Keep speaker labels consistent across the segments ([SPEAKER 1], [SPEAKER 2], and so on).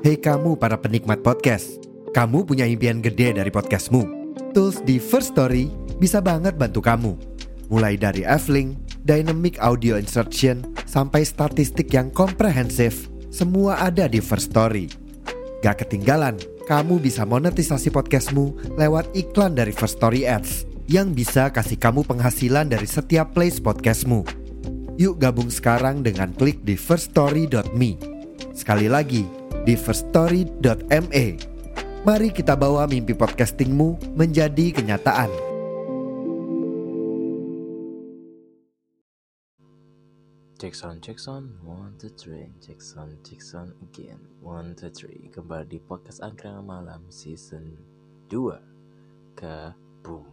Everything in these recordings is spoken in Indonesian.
[SPEAKER 1] Hei kamu para penikmat podcast, kamu punya impian gede dari podcastmu. Tools di First Story bisa banget bantu kamu. Mulai dari F-Link, Dynamic Audio Insertion, sampai statistik yang komprehensif, semua ada di First Story. Gak ketinggalan, kamu bisa monetisasi podcastmu lewat iklan dari First Story Ads yang bisa kasih kamu penghasilan dari setiap plays podcastmu. Yuk gabung sekarang dengan klik di firststory.me. Sekali lagi, di firststory.me. Mari kita bawa mimpi podcastingmu menjadi kenyataan.
[SPEAKER 2] Check sound, 1, 2, 3. Check sound again, 1, 2, 3. Kembali di podcast Angkringan Malam season 2. Ke boom.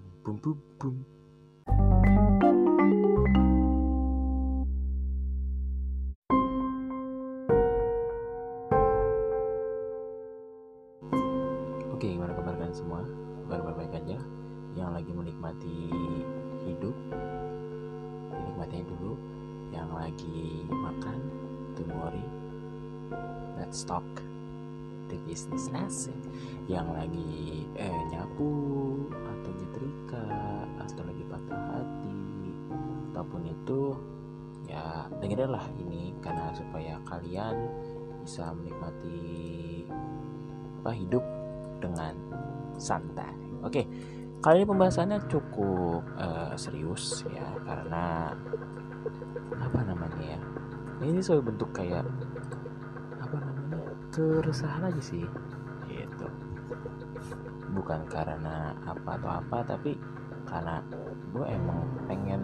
[SPEAKER 2] Oke, gimana kabar kalian semua? Kabar baik aja? Yang lagi menikmati hidup, nikmatin dulu. Yang lagi makan, don't worry, let's talk the business asik. Yang lagi nyapu atau nyetrika atau lagi patah hati apapun itu, ya dengerin lah ini karena supaya kalian bisa menikmati hidup dengan santai. Oke, kali ini pembahasannya cukup serius ya, karena ini sebagai bentuk kayak keresahan aja sih gitu. Bukan karena apa atau apa, tapi karena gue emang pengen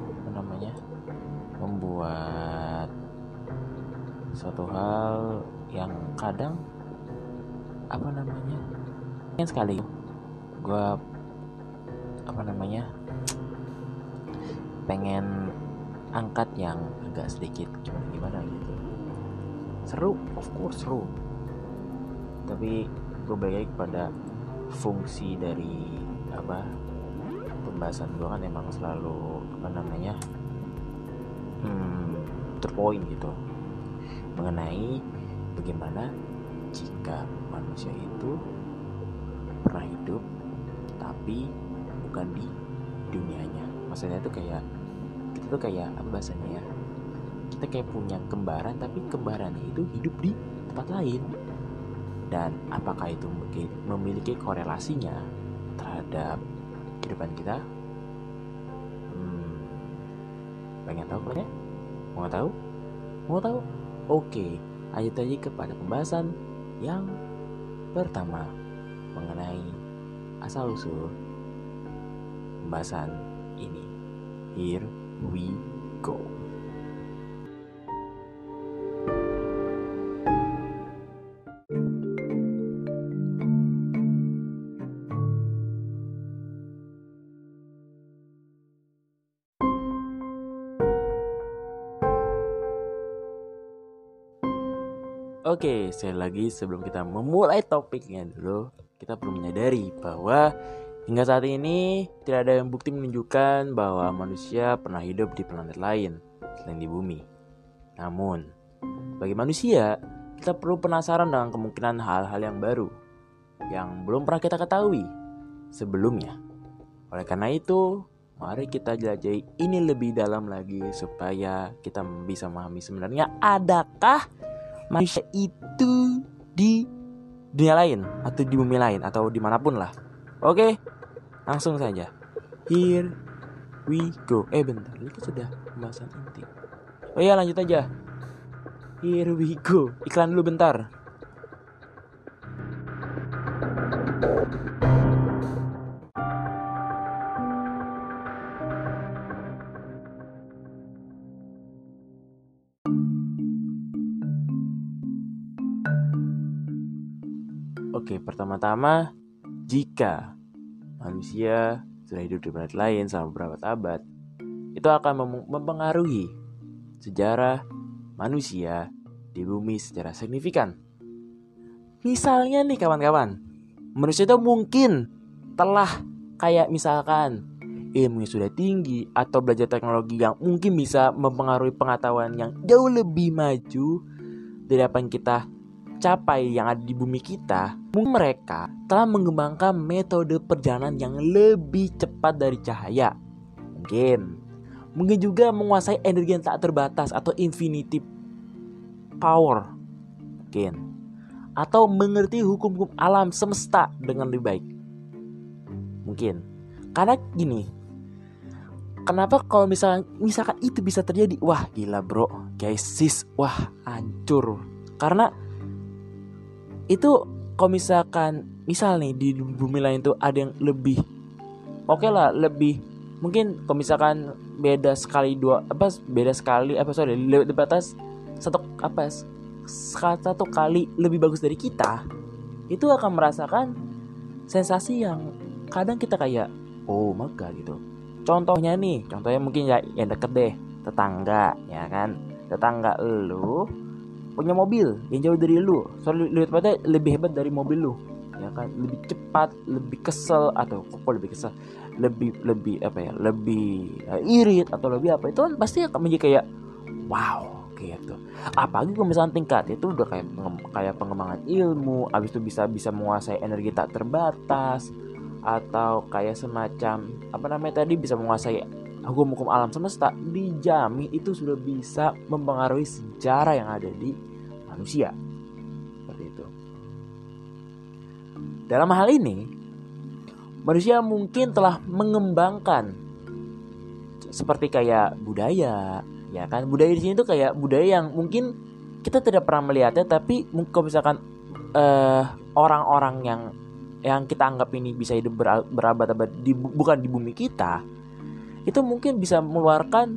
[SPEAKER 2] membuat suatu hal yang kadang pengen sekali gue pengen angkat yang agak sedikit gimana gitu. Seru, of course seru, tapi gue balik lagi kepada fungsi dari pembahasan gue kan emang selalu terpoin gitu mengenai bagaimana jika manusia itu pernah hidup tapi bukan di dunianya. Maksudnya itu kayak kita tuh kayak apa bahasanya ya, kita kayak punya kembaran tapi kembarannya itu hidup di tempat lain. Dan apakah itu memiliki korelasinya terhadap kehidupan kita? Pengen tahu kan ya? Mau tahu? Oke, lanjut aja kepada pembahasan yang pertama mengenai asal-usul pembahasan ini. Here we go. Oke, sekali lagi sebelum kita memulai topiknya dulu, kita perlu menyadari bahwa hingga saat ini tidak ada yang bukti menunjukkan bahwa manusia pernah hidup di planet lain selain di bumi. Namun, bagi manusia, kita perlu penasaran dengan kemungkinan hal-hal yang baru yang belum pernah kita ketahui sebelumnya. Oleh karena itu, mari kita jelajahi ini lebih dalam lagi supaya kita bisa memahami sebenarnya adakah manusia itu di dunia lain atau di bumi lain atau dimanapun lah. Oke, langsung saja. Here we go. Bentar, ini kan sudah pembahasan inti. Oh iya, lanjut aja. Here we go. Iklan dulu bentar. Oke, pertama-tama, jika manusia sudah hidup di planet lain selama beberapa abad, itu akan mempengaruhi sejarah manusia di bumi secara signifikan. Misalnya nih kawan-kawan, manusia itu mungkin telah kayak misalkan ilmunya sudah tinggi atau belajar teknologi yang mungkin bisa mempengaruhi pengetahuan yang jauh lebih maju dari apa yang kita capai yang ada di bumi kita, mereka telah mengembangkan metode perjalanan yang lebih cepat dari cahaya. Mungkin juga menguasai energi yang tak terbatas atau infinity power. Atau mengerti hukum-hukum alam semesta dengan lebih baik. Mungkin. Karena gini, kenapa kalau misalkan itu bisa terjadi? Wah gila bro, guys, sis, wah hancur. Karena itu kalau misal nih di bumi lain tuh ada yang lebih oke lah, lebih mungkin kalau misalkan di batas satu kali lebih bagus dari kita, itu akan merasakan sensasi yang kadang kita kayak oh my god gitu. Contohnya mungkin ya yang deket deh, tetangga ya kan, tetangga lu punya mobil yang jauh dari lu, soalnya lebih hebat dari mobil lu, ya kan, lebih cepat, lebih kesel atau lebih irit atau lebih apa, itu kan pasti akan menjadi kayak wow gitu. Apalagi kalau misalnya tingkat itu udah kayak pengembangan ilmu, abis itu bisa menguasai energi tak terbatas, atau kayak semacam bisa menguasai hukum-hukum alam semesta, dijamin itu sudah bisa mempengaruhi sejarah yang ada di manusia. Seperti itu. Dalam hal ini, manusia mungkin telah mengembangkan seperti kayak budaya, ya kan? Budaya di sini tuh kayak budaya yang mungkin kita tidak pernah melihatnya, tapi kalau misalkan orang-orang yang kita anggap ini bisa hidup berabad-abad bukan di bumi kita, itu mungkin bisa mengeluarkan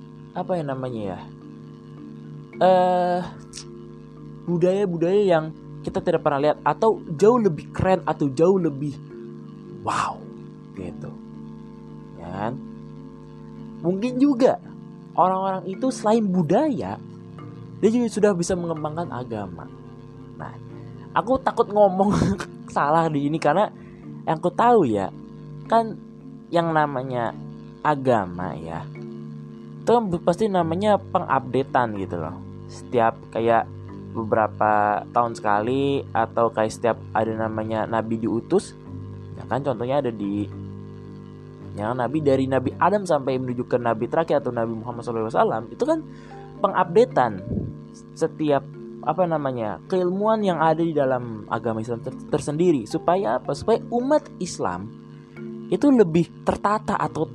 [SPEAKER 2] budaya-budaya yang kita tidak pernah lihat, atau jauh lebih keren, atau jauh lebih wow gitu ya kan. Mungkin juga orang-orang itu selain budaya, dia juga sudah bisa mengembangkan agama. Nah, aku takut ngomong salah di ini karena yang aku tahu ya kan, yang namanya agama ya itu kan pasti namanya pengupdatean gitu loh, setiap kayak beberapa tahun sekali, atau kayak setiap ada namanya nabi diutus ya kan. Contohnya ada di yang nabi dari Nabi Adam sampai menuju ke nabi terakhir atau Nabi Muhammad SAW, itu kan pengupdatean setiap keilmuan yang ada di dalam agama Islam tersendiri, supaya umat Islam itu lebih tertata atau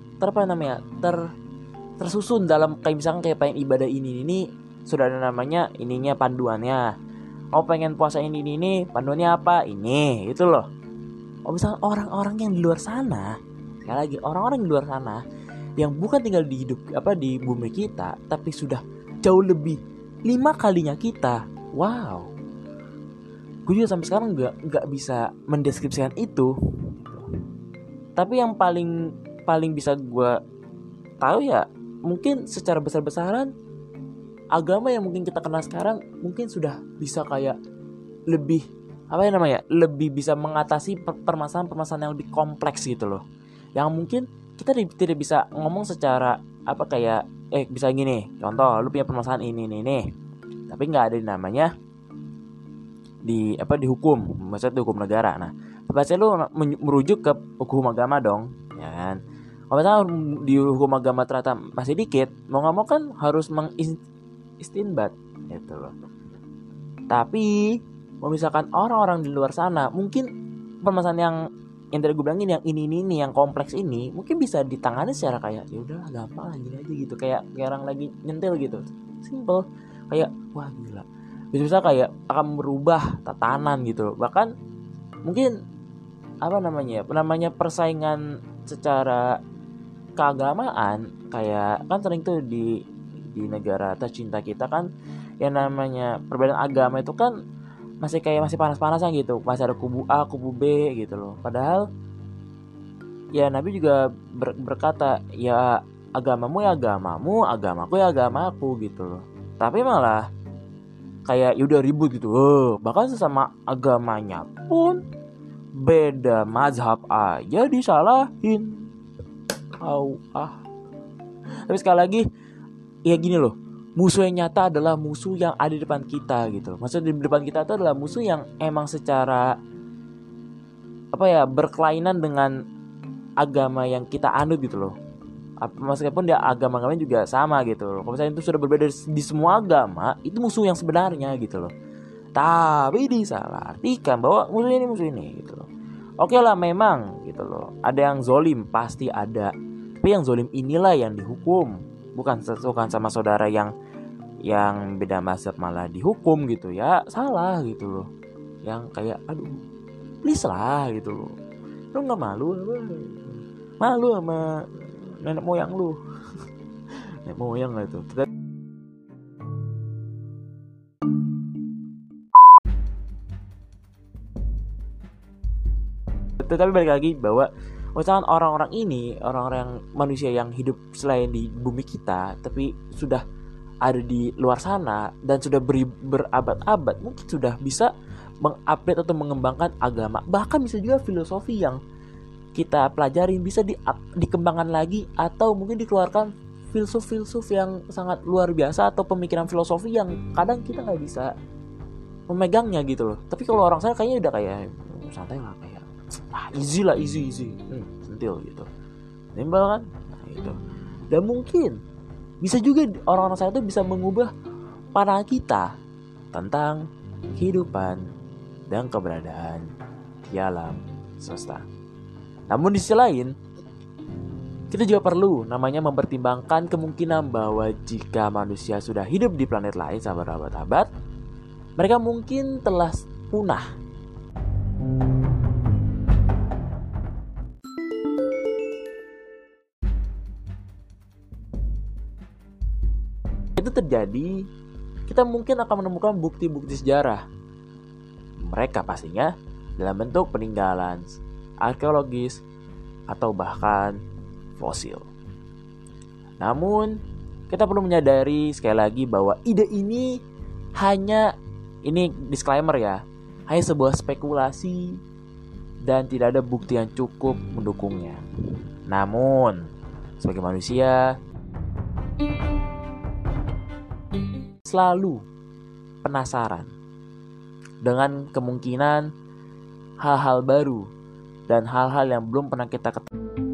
[SPEAKER 2] tersusun dalam kayak misalkan kayak pengen ibadah ini sudah ada namanya ininya panduannya. Pengen puasa ini panduannya apa ini itu loh. Misalkan orang-orang yang di luar sana, sekali lagi orang-orang di luar sana yang bukan tinggal di bumi kita, tapi sudah jauh lebih 5 kalinya kita. Wow, gue juga sampai sekarang nggak bisa mendeskripsikan itu. Tapi yang paling bisa gue tahu ya mungkin secara besar-besaran, agama yang mungkin kita kenal sekarang mungkin sudah bisa kayak lebih lebih bisa mengatasi permasalahan yang lebih kompleks gitu loh, yang mungkin kita tidak bisa ngomong secara bisa gini. Contoh, lu punya permasalahan ini, tapi nggak ada namanya di hukum, maksudnya di hukum negara. Nah, pasti lu merujuk ke hukum agama dong, ya kan? Kalau misalnya di hukum agama ternyata masih dikit, mau nggak mau kan harus mengistinbat gitu loh. Tapi kalau misalkan orang-orang di luar sana, mungkin permasalahan yang tadi gue bilangin, yang ini yang kompleks ini, mungkin bisa ditangani secara kayak ya udah gampang lah gini aja gitu, kayak orang lagi nyentil gitu, simple, kayak wah gila, bisa kayak akan merubah tatanan gitu. Bahkan mungkin persaingan secara keagamaan, kayak kan sering tuh di negara tercinta kita kan, yang namanya perbedaan agama itu kan masih panas-panasan gitu, masih ada kubu A, kubu B gitu loh. Padahal ya Nabi juga berkata, ya agamamu ya agamamu, agamaku ya agamaku gitu loh. Tapi malah kayak yaudah ribut gitu. Bahkan sesama agamanya pun beda mazhab aja disalahin. Tapi sekali lagi ya gini loh, musuh yang nyata adalah musuh yang ada di depan kita gitu. Maksudnya di depan kita itu adalah musuh yang emang secara berkelainan dengan agama yang kita anut gitu loh. Meskipun dia agama-agama juga sama gitu loh. Kalau misalnya itu sudah berbeda di semua agama, itu musuh yang sebenarnya gitu loh. Tapi disalahartikan bahwa musuh ini gitu loh. Oke lah memang gitu loh. Ada yang zolim, pasti ada. Tapi yang zolim inilah yang dihukum. Bukan sama saudara yang beda mazhab malah dihukum gitu ya. Salah gitu loh. Yang kayak aduh, please lah gitu loh. Lu gak malu apa? Malu sama nenek moyang lu. Nenek moyang lah itu. Tapi balik lagi bahwa misalkan orang-orang manusia yang hidup selain di bumi kita tapi sudah ada di luar sana dan sudah berabad-abad, mungkin sudah bisa mengupdate atau mengembangkan agama, bahkan bisa juga filosofi yang kita pelajarin bisa dikembangkan lagi, atau mungkin dikeluarkan filsuf yang sangat luar biasa atau pemikiran filosofi yang kadang kita nggak bisa memegangnya gitu loh. Tapi kalau orang sana kayaknya udah kayak santai lah, kayak easy sentil gitu, timbal kan, nah, gitu. Dan mungkin bisa juga orang-orang sana itu bisa mengubah pandangan kita tentang kehidupan dan keberadaan di alam semesta. Namun di sisi lain, kita juga perlu mempertimbangkan kemungkinan bahwa jika manusia sudah hidup di planet lain selama berabad-abad, mereka mungkin telah punah. Itu terjadi, kita mungkin akan menemukan bukti-bukti sejarah. Mereka pastinya dalam bentuk peninggalan arkeologis atau bahkan fosil. Namun, kita perlu menyadari sekali lagi bahwa ide ini disclaimer ya, hanya sebuah spekulasi dan tidak ada bukti yang cukup mendukungnya. Namun, sebagai manusia selalu penasaran dengan kemungkinan hal-hal baru dan hal-hal yang belum pernah kita ketahui.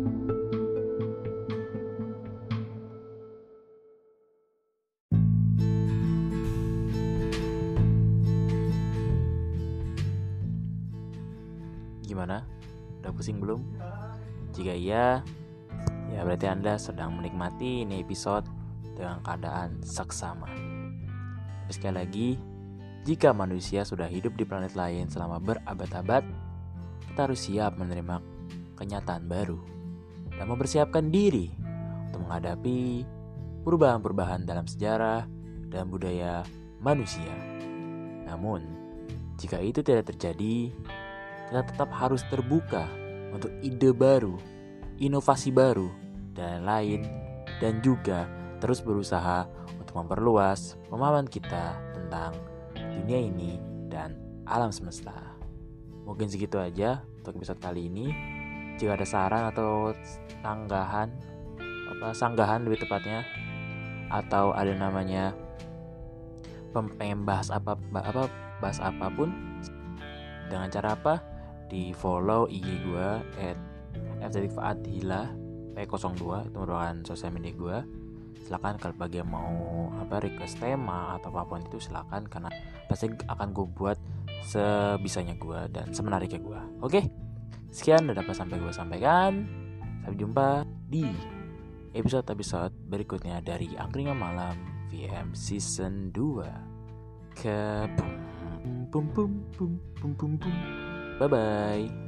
[SPEAKER 2] Gimana? Udah pusing belum? Jika iya, ya berarti Anda sedang menikmati ini episode dengan keadaan seksama. Tapi sekali lagi, jika manusia sudah hidup di planet lain selama berabad-abad, kita harus siap menerima kenyataan baru dan mempersiapkan diri untuk menghadapi perubahan-perubahan dalam sejarah dan budaya manusia. Namun, jika itu tidak terjadi, kita tetap harus terbuka untuk ide baru, inovasi baru, dan lain-lain, dan juga terus berusaha untuk memperluas pemahaman kita tentang dunia ini dan alam semesta. Mungkin segitu aja untuk episode kali ini. Jika ada saran atau sanggahan lebih tepatnya, atau ada pengen bahas apapun, dengan cara apa? Di follow IG gue @fadhila P02, itu merupakan sosial media gue. Silakan kalau bagi yang mau request tema atau apapun itu silakan, karena pasti akan gue buat sebisanya gue dan semenariknya gue. Oke, sekian dan dapat sampai gue sampaikan. Sampai jumpa di episode berikutnya dari Angkringan Malam VM Season 2 ke bye bye.